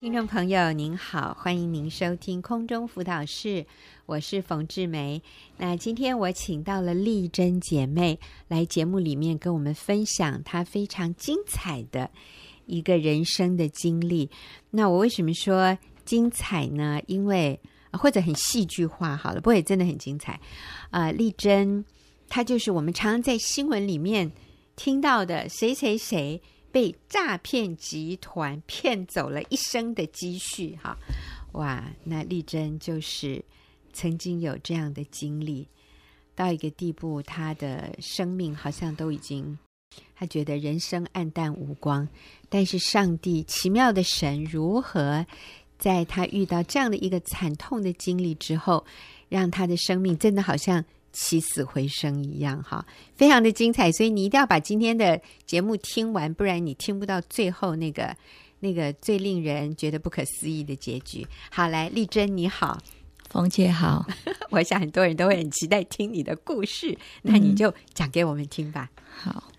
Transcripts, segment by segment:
听众朋友您好，欢迎您收听空中辅导室，我是冯志梅。那今天我请到了丽珍姐妹来节目里面跟我们分享她非常精彩的一个人生的经历。那我为什么说精彩呢？因为或者很戏剧化好了，不过也真的很精彩。丽珍她就是我们常常在新闻里面听到的谁谁谁被诈骗集团骗走了一生的积蓄哈，哇！那丽珍就是曾经有这样的经历，到一个地步，她的生命好像都已经，她觉得人生暗淡无光。但是上帝奇妙的神如何在她遇到这样的一个惨痛的经历之后，让她的生命真的好像起死回生一样哈，非常的精彩，所以你一定要把今天的节目听完，不然你听不到最后那个最令人觉得不可思议的结局。好，来，丽珍你好。 冯姐好。 我想很多人都会很期待听你的故事，那你就讲给我们听吧。 好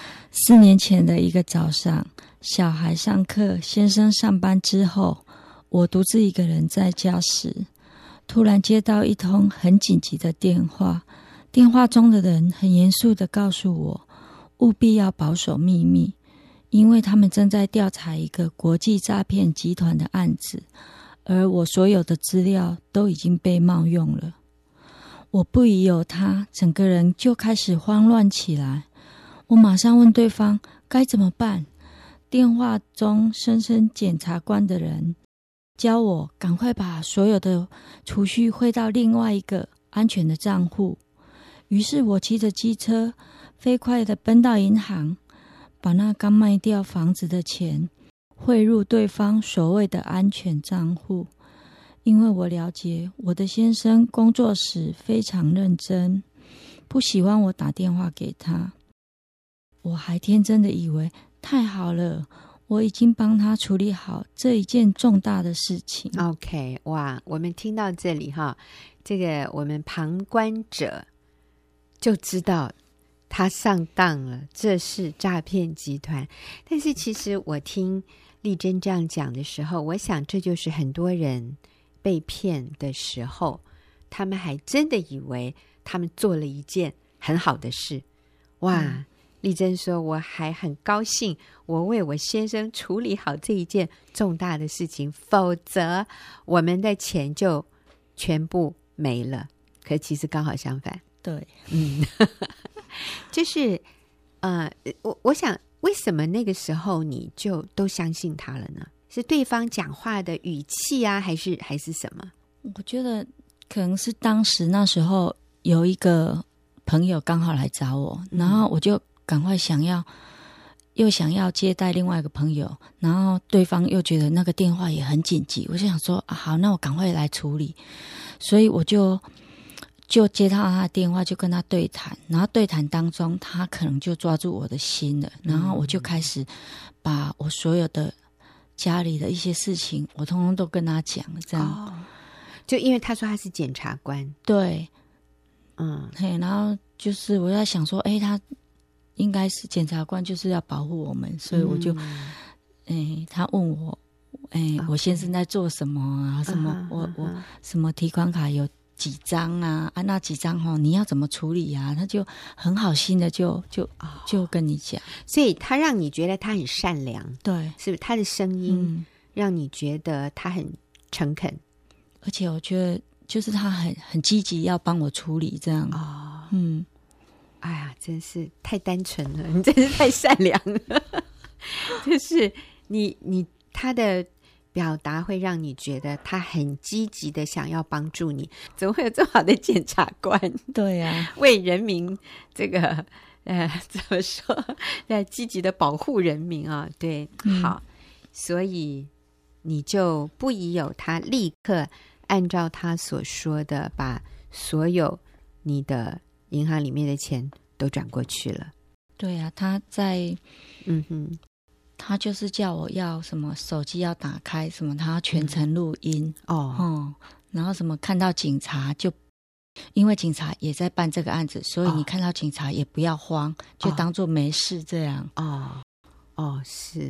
，4年前的一个早上，小孩上课，先生上班之后，我独自一个人在家时，突然接到一通很紧急的电话，电话中的人很严肃地告诉我，务必要保守秘密，因为他们正在调查一个国际诈骗集团的案子，而我所有的资料都已经被冒用了。我不疑有他，整个人就开始慌乱起来。我马上问对方该怎么办。电话中深深检察官的人教我赶快把所有的储蓄汇到另外一个安全的账户。于是我骑着机车飞快地奔到银行，把那刚卖掉房子的钱汇入对方所谓的安全账户。因为我了解我的先生工作时非常认真，不喜欢我打电话给他。我还天真的以为太好了，我已经帮他处理好这一件重大的事情。 OK， 哇，我们听到这里哈，这个我们旁观者就知道他上当了，这是诈骗集团。但是其实我听丽珍这样讲的时候，我想这就是很多人被骗的时候，他们还真的以为他们做了一件很好的事。哇，丽珍说我还很高兴我为我先生处理好这一件重大的事情，否则我们的钱就全部没了。可其实刚好相反。 对， 就是我想为什么那个时候你就都相信他了呢？是对方讲话的语气啊，还是什么？ 我觉得可能是当时那时候有一个朋友刚好来找我，然后我就赶快想要接待另外一个朋友，然后对方又觉得那个电话也很紧急，我就想说好，那我赶快来处理。所以我就接到他的电话，就跟他对谈，然后对谈当中他可能就抓住我的心了，然后我就开始把我所有的家里的一些事情我通通都跟他讲了，这样。 就因为他说他是检察官。 对，然后就是我在想说他应该是检察官，就是要保护我们，所以我就他问我我先生在做什么啊，什么我什么提款卡有几张啊，那几张你要怎么处理啊，他就很好心的就跟你讲。 所以他让你觉得他很善良。 对， 是不是他的声音让你觉得他很诚恳？ 而且我觉得就是他很积极要帮我处理这样。 哎呀，真是太单纯了，你真是太善良了。就是他的表达会让你觉得他很积极的想要帮助你。怎么会有这么好的检察官？ 对啊， 为人民这个怎么说积极的保护人民啊。对，好，所以你就不疑有他，立刻按照他所说的把所有你的银行里面的钱都转过去了。 对啊，他在他就是叫我要什么手机要打开什么，他全程录音然后什么看到警察就，因为警察也在办这个案子，所以你看到警察也不要慌，就当作没事这样。 是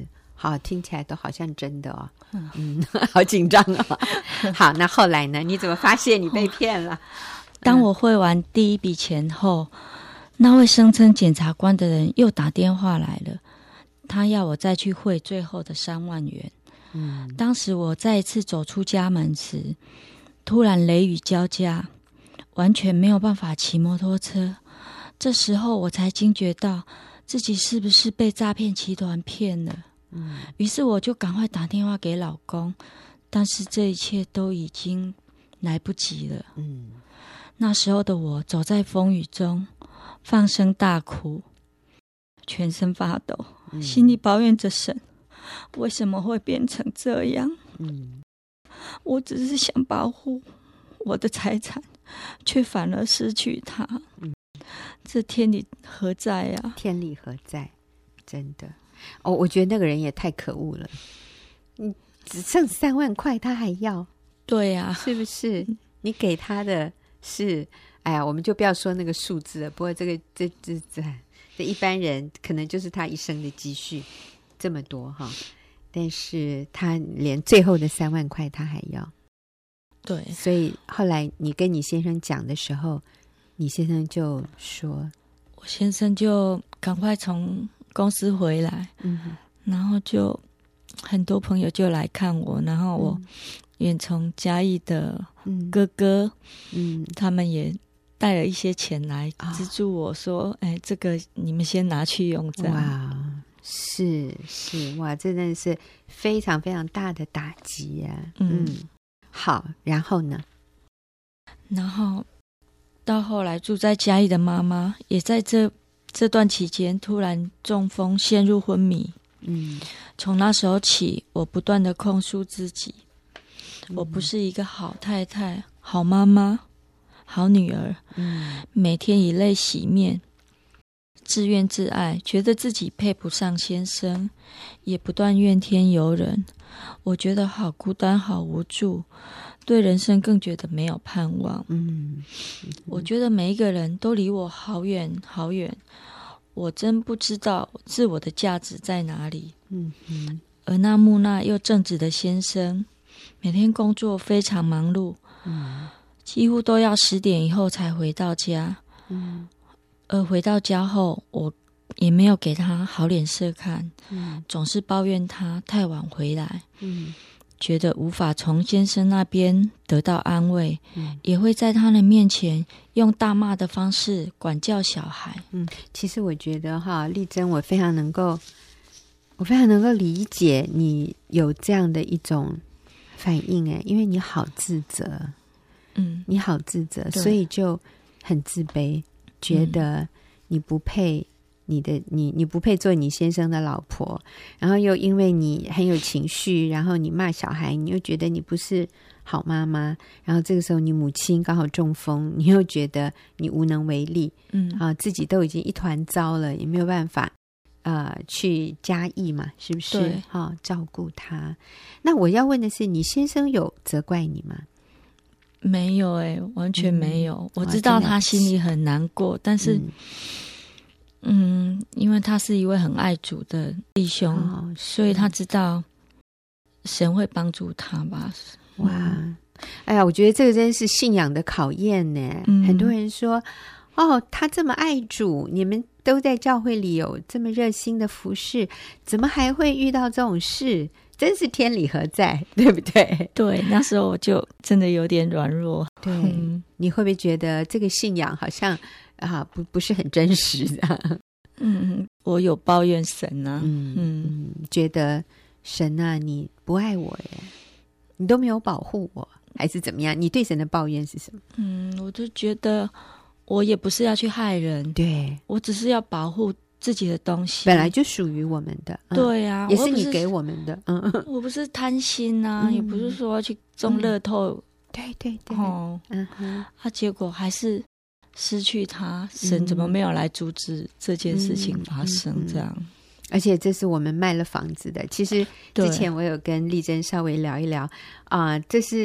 好，听起来都好像真的哦。好紧张哦。好，那后来呢？你怎么发现你被骗了？ 当我汇完第一笔钱后，那位声称检察官的人又打电话来了，他要我再去汇最后的3万元。当时我再一次走出家门时，突然雷雨交加，完全没有办法骑摩托车。这时候我才惊觉到自己是不是被诈骗集团骗了。于是我就赶快打电话给老公，但是这一切都已经来不及了。那时候的我走在风雨中，放声大哭，全身发抖，心里抱怨着神，为什么会变成这样？我只是想保护我的财产，却反而失去它。这天理何在啊？ 天理何在？真的哦，我觉得那个人也太可恶了。你只剩3万块，他还要？ 对啊， 是不是？你给他的是，哎呀，我们就不要说那个数字了。不过这一般人可能就是他一生的积蓄这么多哈，但是他连最后的3万块他还要。 对， 所以后来你跟你先生讲的时候，你先生就说， 我先生就赶快从公司回来，然后就很多朋友就来看我，然后我远从嘉义的哥哥，他们也带了一些钱来资助我说，这个你们先拿去用，这样。 哇，是哇，这真的是非常非常大的打击呀。好，然后呢？ 然后到后来住在嘉义的妈妈也在这段期间突然中风陷入昏迷。从那时候起，我不断的控诉自己，我不是一个好太太、好妈妈、好女儿，每天以泪洗面，自怨自艾，觉得自己配不上先生，也不断怨天尤人。我觉得好孤单，好无助，对人生更觉得没有盼望。我觉得每一个人都离我好远好远，我真不知道自我的价值在哪里。而那木讷又正直的先生，每天工作非常忙碌，几乎都要10点以后才回到家。而回到家后，我也没有给他好脸色看，总是抱怨他太晚回来，觉得无法从先生那边得到安慰，也会在他的面前用大骂的方式管教小孩。 其实我觉得哈，丽珍，我非常能够理解你有这样的一种反应，因为你好自责，你好自责，所以就很自卑，觉得你不配。你不配做你先生的老婆，然后又因为你很有情绪，然后你骂小孩，你又觉得你不是好妈妈，然后这个时候你母亲刚好中风，你又觉得你无能为力，自己都已经一团糟了，也没有办法去嘉义嘛，是不是？照顾他。那我要问的是，你先生有责怪你吗？ 没有完全没有。我知道他心里很难过，但是因为他是一位很爱主的弟兄，所以他知道神会帮助他吧。 哇，哎呀，我觉得这个真是信仰的考验呢。很多人说，他这么爱主，你们都在教会里有这么热心的服侍，怎么还会遇到这种事？真是天理何在，对不对？ 对，那时候我就真的有点软弱。 对，你会不会觉得这个信仰好像不是很真实的？ 我有抱怨神啊， 觉得神啊，你不爱我耶，你都没有保护我，还是怎么样？你对神的抱怨是什么？ 我就觉得我也不是要去害人， 对， 我只是要保护自己的东西， 本来就属于我们的。 对啊， 也是你给我们的。 我不是贪心啊，也不是说要去中乐透。 对对对。 结果还是失去他，神怎么没有来阻止这件事情发生？这样， 而且这是我们卖了房子的。其实之前我有跟丽珍稍微聊一聊这是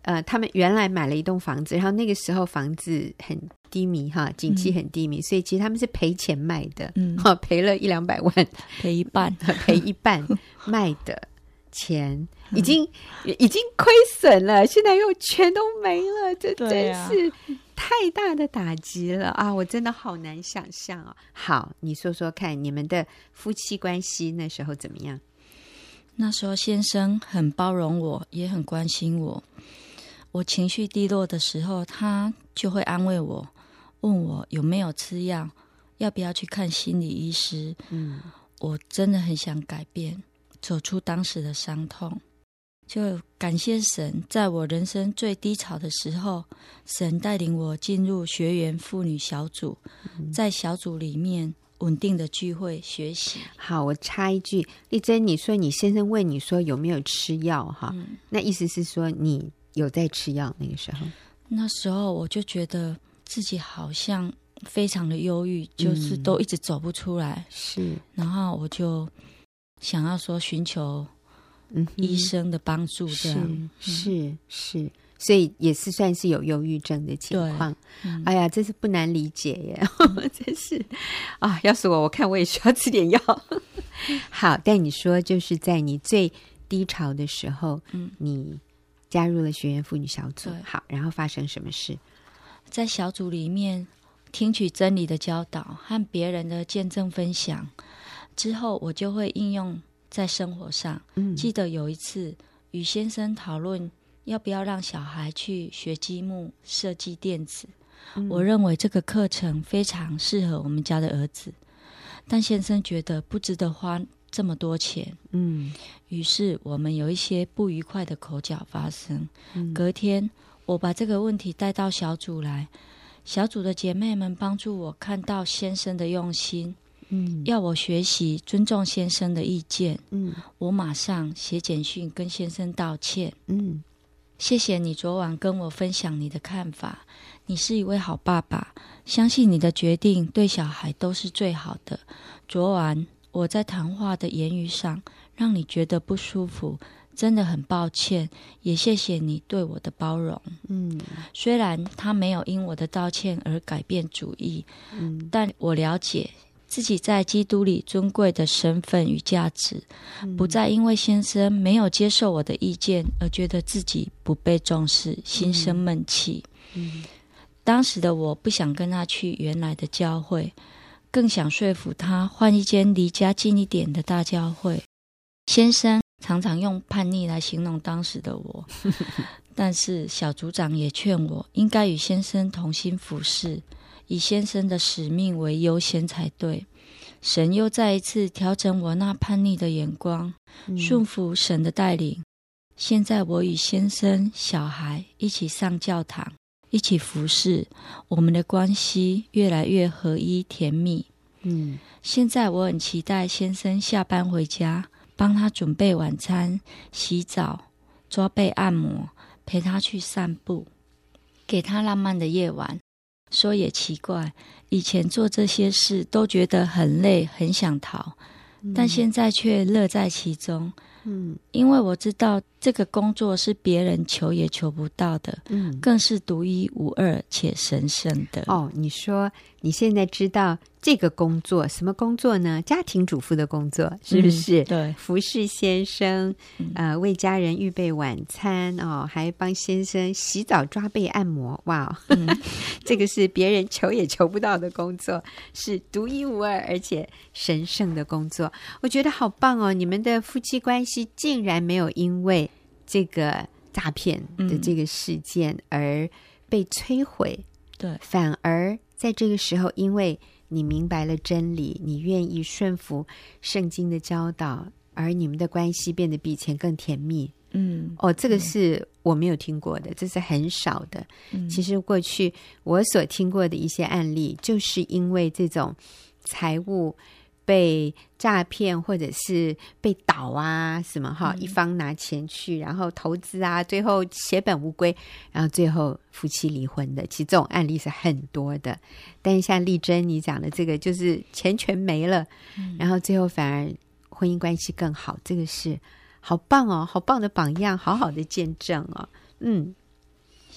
他们原来买了一栋房子，然后那个时候房子很低迷哈，景气很低迷，所以其实他们是赔钱卖的，赔了100-200万， 赔一半， 赔一半卖的钱已经亏损了，现在又全都没了，这真是太大的打击了啊！我真的好难想象啊。好，你说说看，你们的夫妻关系那时候怎么样？ 那时候先生很包容我，也很关心我。我情绪低落的时候，他就会安慰我，问我有没有吃药，要不要去看心理医师。我真的很想改变，走出当时的伤痛。就感谢神，在我人生最低潮的时候，神带领我进入学员妇女小组，在小组里面稳定的聚会学习。 好，我插一句，丽珍，你说你先生问你说有没有吃药哈，那意思是说你有在吃药？那个时候， 那时候我就觉得自己好像非常的忧郁，就是都一直走不出来。 是， 然后我就想要说寻求医生的帮助，这样是，所以也是算是有忧郁症的情况。哎呀，真是不难理解耶，真是啊！要是我看我也需要吃点药。好，但你说就是在你最低潮的时候，你加入了学员妇女小组。好，然后发生什么事？ 在小组里面听取真理的教导和别人的见证分享之后，我就会应用在生活上。记得有一次与先生讨论要不要让小孩去学积木设计电子，我认为这个课程非常适合我们家的儿子，但先生觉得不值得花这么多钱。于是我们有一些不愉快的口角发生。隔天我把这个问题带到小组来，小组的姐妹们帮助我看到先生的用心，要我学习尊重先生的意见。我马上写简讯跟先生道歉。谢谢你昨晚跟我分享你的看法，你是一位好爸爸，相信你的决定对小孩都是最好的。昨晚我在谈话的言语上让你觉得不舒服，真的很抱歉，也谢谢你对我的包容。虽然他没有因我的道歉而改变主意，但我了解自己在基督里尊贵的身份与价值，不再因为先生没有接受我的意见而觉得自己不被重视，心生闷气。当时的我不想跟他去原来的教会，更想说服他换一间离家近一点的大教会。先生常常用叛逆来形容当时的我，但是小组长也劝我应该与先生同心服侍，以先生的使命为优先才对。神又再一次调整我那叛逆的眼光，顺服神的带领。现在我与先生、小孩一起上教堂，一起服侍，我们的关系越来越合一甜蜜。现在我很期待先生下班回家，帮他准备晚餐、洗澡、抓背按摩，陪他去散步，给他浪漫的夜晚。说也奇怪，以前做这些事都觉得很累，很想逃，但现在却乐在其中。因为我知道这个工作是别人求也求不到的，更是独一无二且神圣的。你说你现在知道这个工作，什么工作呢？家庭主妇的工作，是不是？ 对， 服侍先生，为家人预备晚餐还帮先生洗澡、抓背、按摩。哇，这个是别人求也求不到的工作，是独一无二而且神圣的工作。我觉得好棒哦！你们的夫妻关系竟然没有因为这个诈骗的这个事件而被摧毁， 对， 反而在这个时候，因为你明白了真理，你愿意顺服圣经的教导，而你们的关系变得比以前更甜蜜。这个是我没有听过的，这是很少的。其实过去我所听过的一些案例，就是因为这种财务被诈骗或者是被倒啊什么一方拿钱去然后投资啊，最后血本无归，然后最后夫妻离婚的，其实这种案例是很多的。但是像丽珍你讲的这个，就是钱全没了，然后最后反而婚姻关系更好，这个是好棒哦，好棒的榜样，好好的见证哦。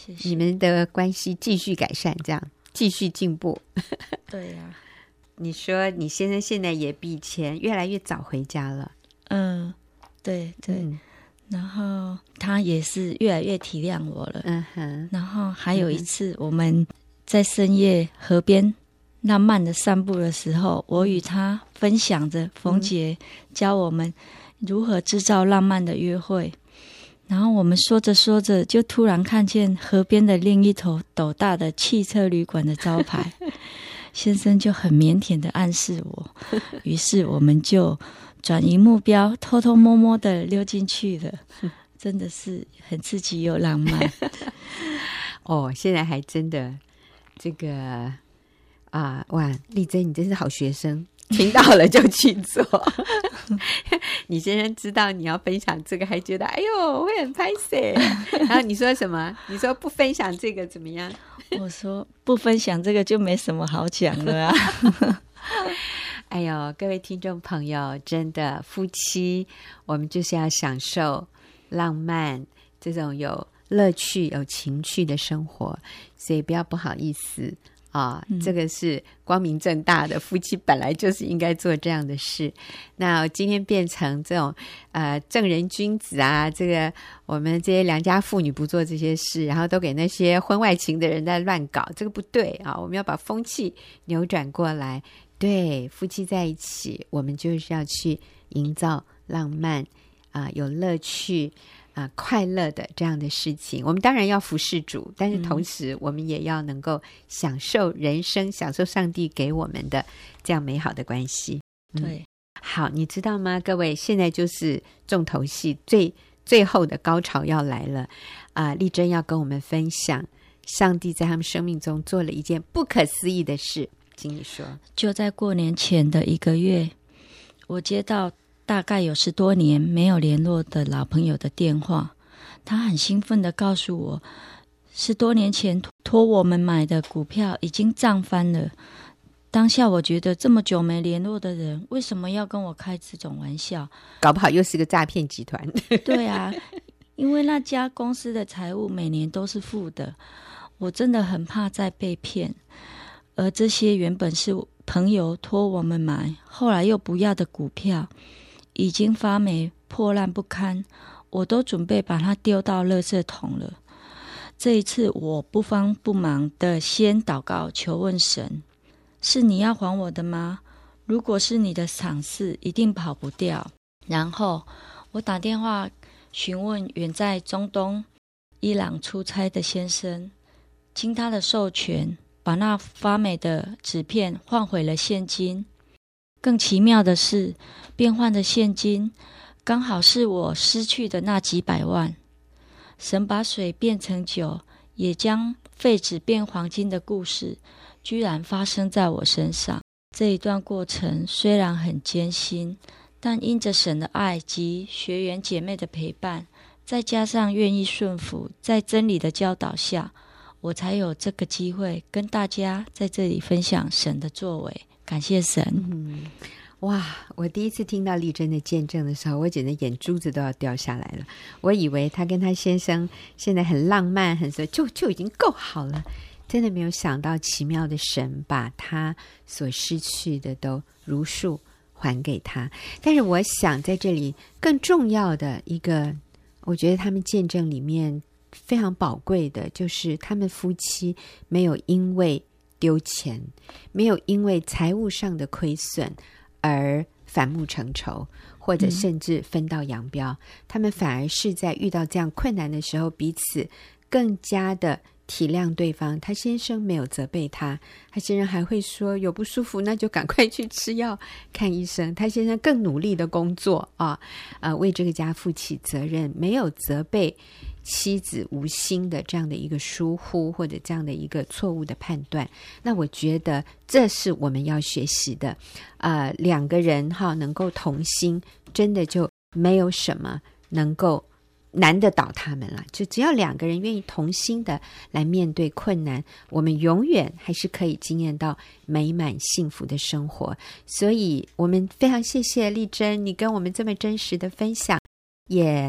谢谢。 你们的关系继续改善，这样继续进步。 对呀、 你说你先生现在也比以前越来越早回家了。 对对、然后他也是越来越体谅我了。然后还有一次我们在深夜河边浪漫的散步的时候，我与他分享着冯姐教我们如何制造浪漫的约会。然后我们说着说着，就突然看见河边的另一头斗大的汽车旅馆的招牌。先生就很腼腆的暗示我，于是我们就转移目标，偷偷摸摸的溜进去了。真的是很刺激又浪漫。 现在还真的这个哇，丽珍你真是好学生，听到了就去做。你先生知道你要分享这个，还觉得哎呦我会很拍摄。然后你说什么？你说不分享这个怎么样？ 我说不分享这个就没什么好讲了啊。 哎呦，各位听众朋友，真的夫妻我们就是要享受浪漫这种有乐趣有情趣的生活，所以不要不好意思这个是光明正大的，夫妻本来就是应该做这样的事。那今天变成这种正人君子啊，这个我们这些良家妇女不做这些事，然后都给那些婚外情的人在乱搞，这个不对啊！我们要把风气扭转过来。对，夫妻在一起，我们就是要去营造浪漫有乐趣快乐的这样的事情。我们当然要服侍主，但是同时我们也要能够享受人生，享受上帝给我们的这样美好的关系。 对， 好，你知道吗？各位，现在就是重头戏最后的高潮要来了丽珍要跟我们分享上帝在他们生命中做了一件不可思议的事，请你说。 就在过年前的1个月，我接到大概有10多年没有联络的老朋友的电话，他很兴奋地告诉我，10多年前托我们买的股票已经涨翻了。当下我觉得这么久没联络的人为什么要跟我开这种玩笑？ 搞不好又是个诈骗集团。 对啊，因为那家公司的财务每年都是负的，我真的很怕再被骗。而这些原本是朋友托我们买，后来又不要的股票，已经发霉破烂不堪，我都准备把它丢到垃圾桶了。这一次我不慌不忙的先祷告求问神，是你要还我的吗？如果是你的赏赐，一定跑不掉。然后我打电话询问远在中东伊朗出差的先生，经他的授权，把那发霉的纸片换回了现金。更奇妙的是，变换的现金刚好是我失去的那几百万。神把水变成酒，也将废纸变黄金的故事，居然发生在我身上。这一段过程虽然很艰辛，但因着神的爱及学员姐妹的陪伴，再加上愿意顺服，在真理的教导下，我才有这个机会跟大家在这里分享神的作为。感谢神。 哇，我第一次听到丽珍的见证的时候，我简直眼珠子都要掉下来了。我以为她跟她先生现在很浪漫很就已经够好了，真的没有想到奇妙的神把她所失去的都如数还给她。但是我想在这里更重要的一个，我觉得他们见证里面非常宝贵的，就是他们夫妻没有因为丢钱，没有因为财务上的亏损而反目成仇，或者甚至分道扬镳，他们反而是在遇到这样困难的时候，彼此更加的体谅对方。他先生没有责备他，他先生还会说有不舒服那就赶快去吃药看医生。他先生更努力的工作为这个家负起责任，没有责备妻子无心的这样的一个疏忽，或者这样的一个错误的判断。那我觉得这是我们要学习的。两个人能够同心，真的就没有什么能够难得倒他们了。就只要两个人愿意同心的来面对困难，我们永远还是可以经验到美满幸福的生活。所以我们非常谢谢丽珍你跟我们这么真实的分享，也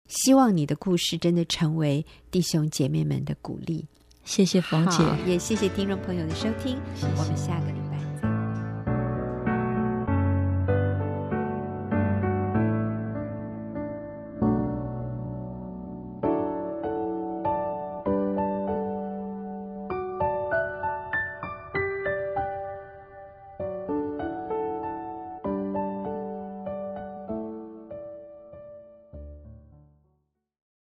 希望你的故事真的成为弟兄姐妹们的鼓励。 谢谢冯姐， 也谢谢听众朋友的收听，我们下个礼拜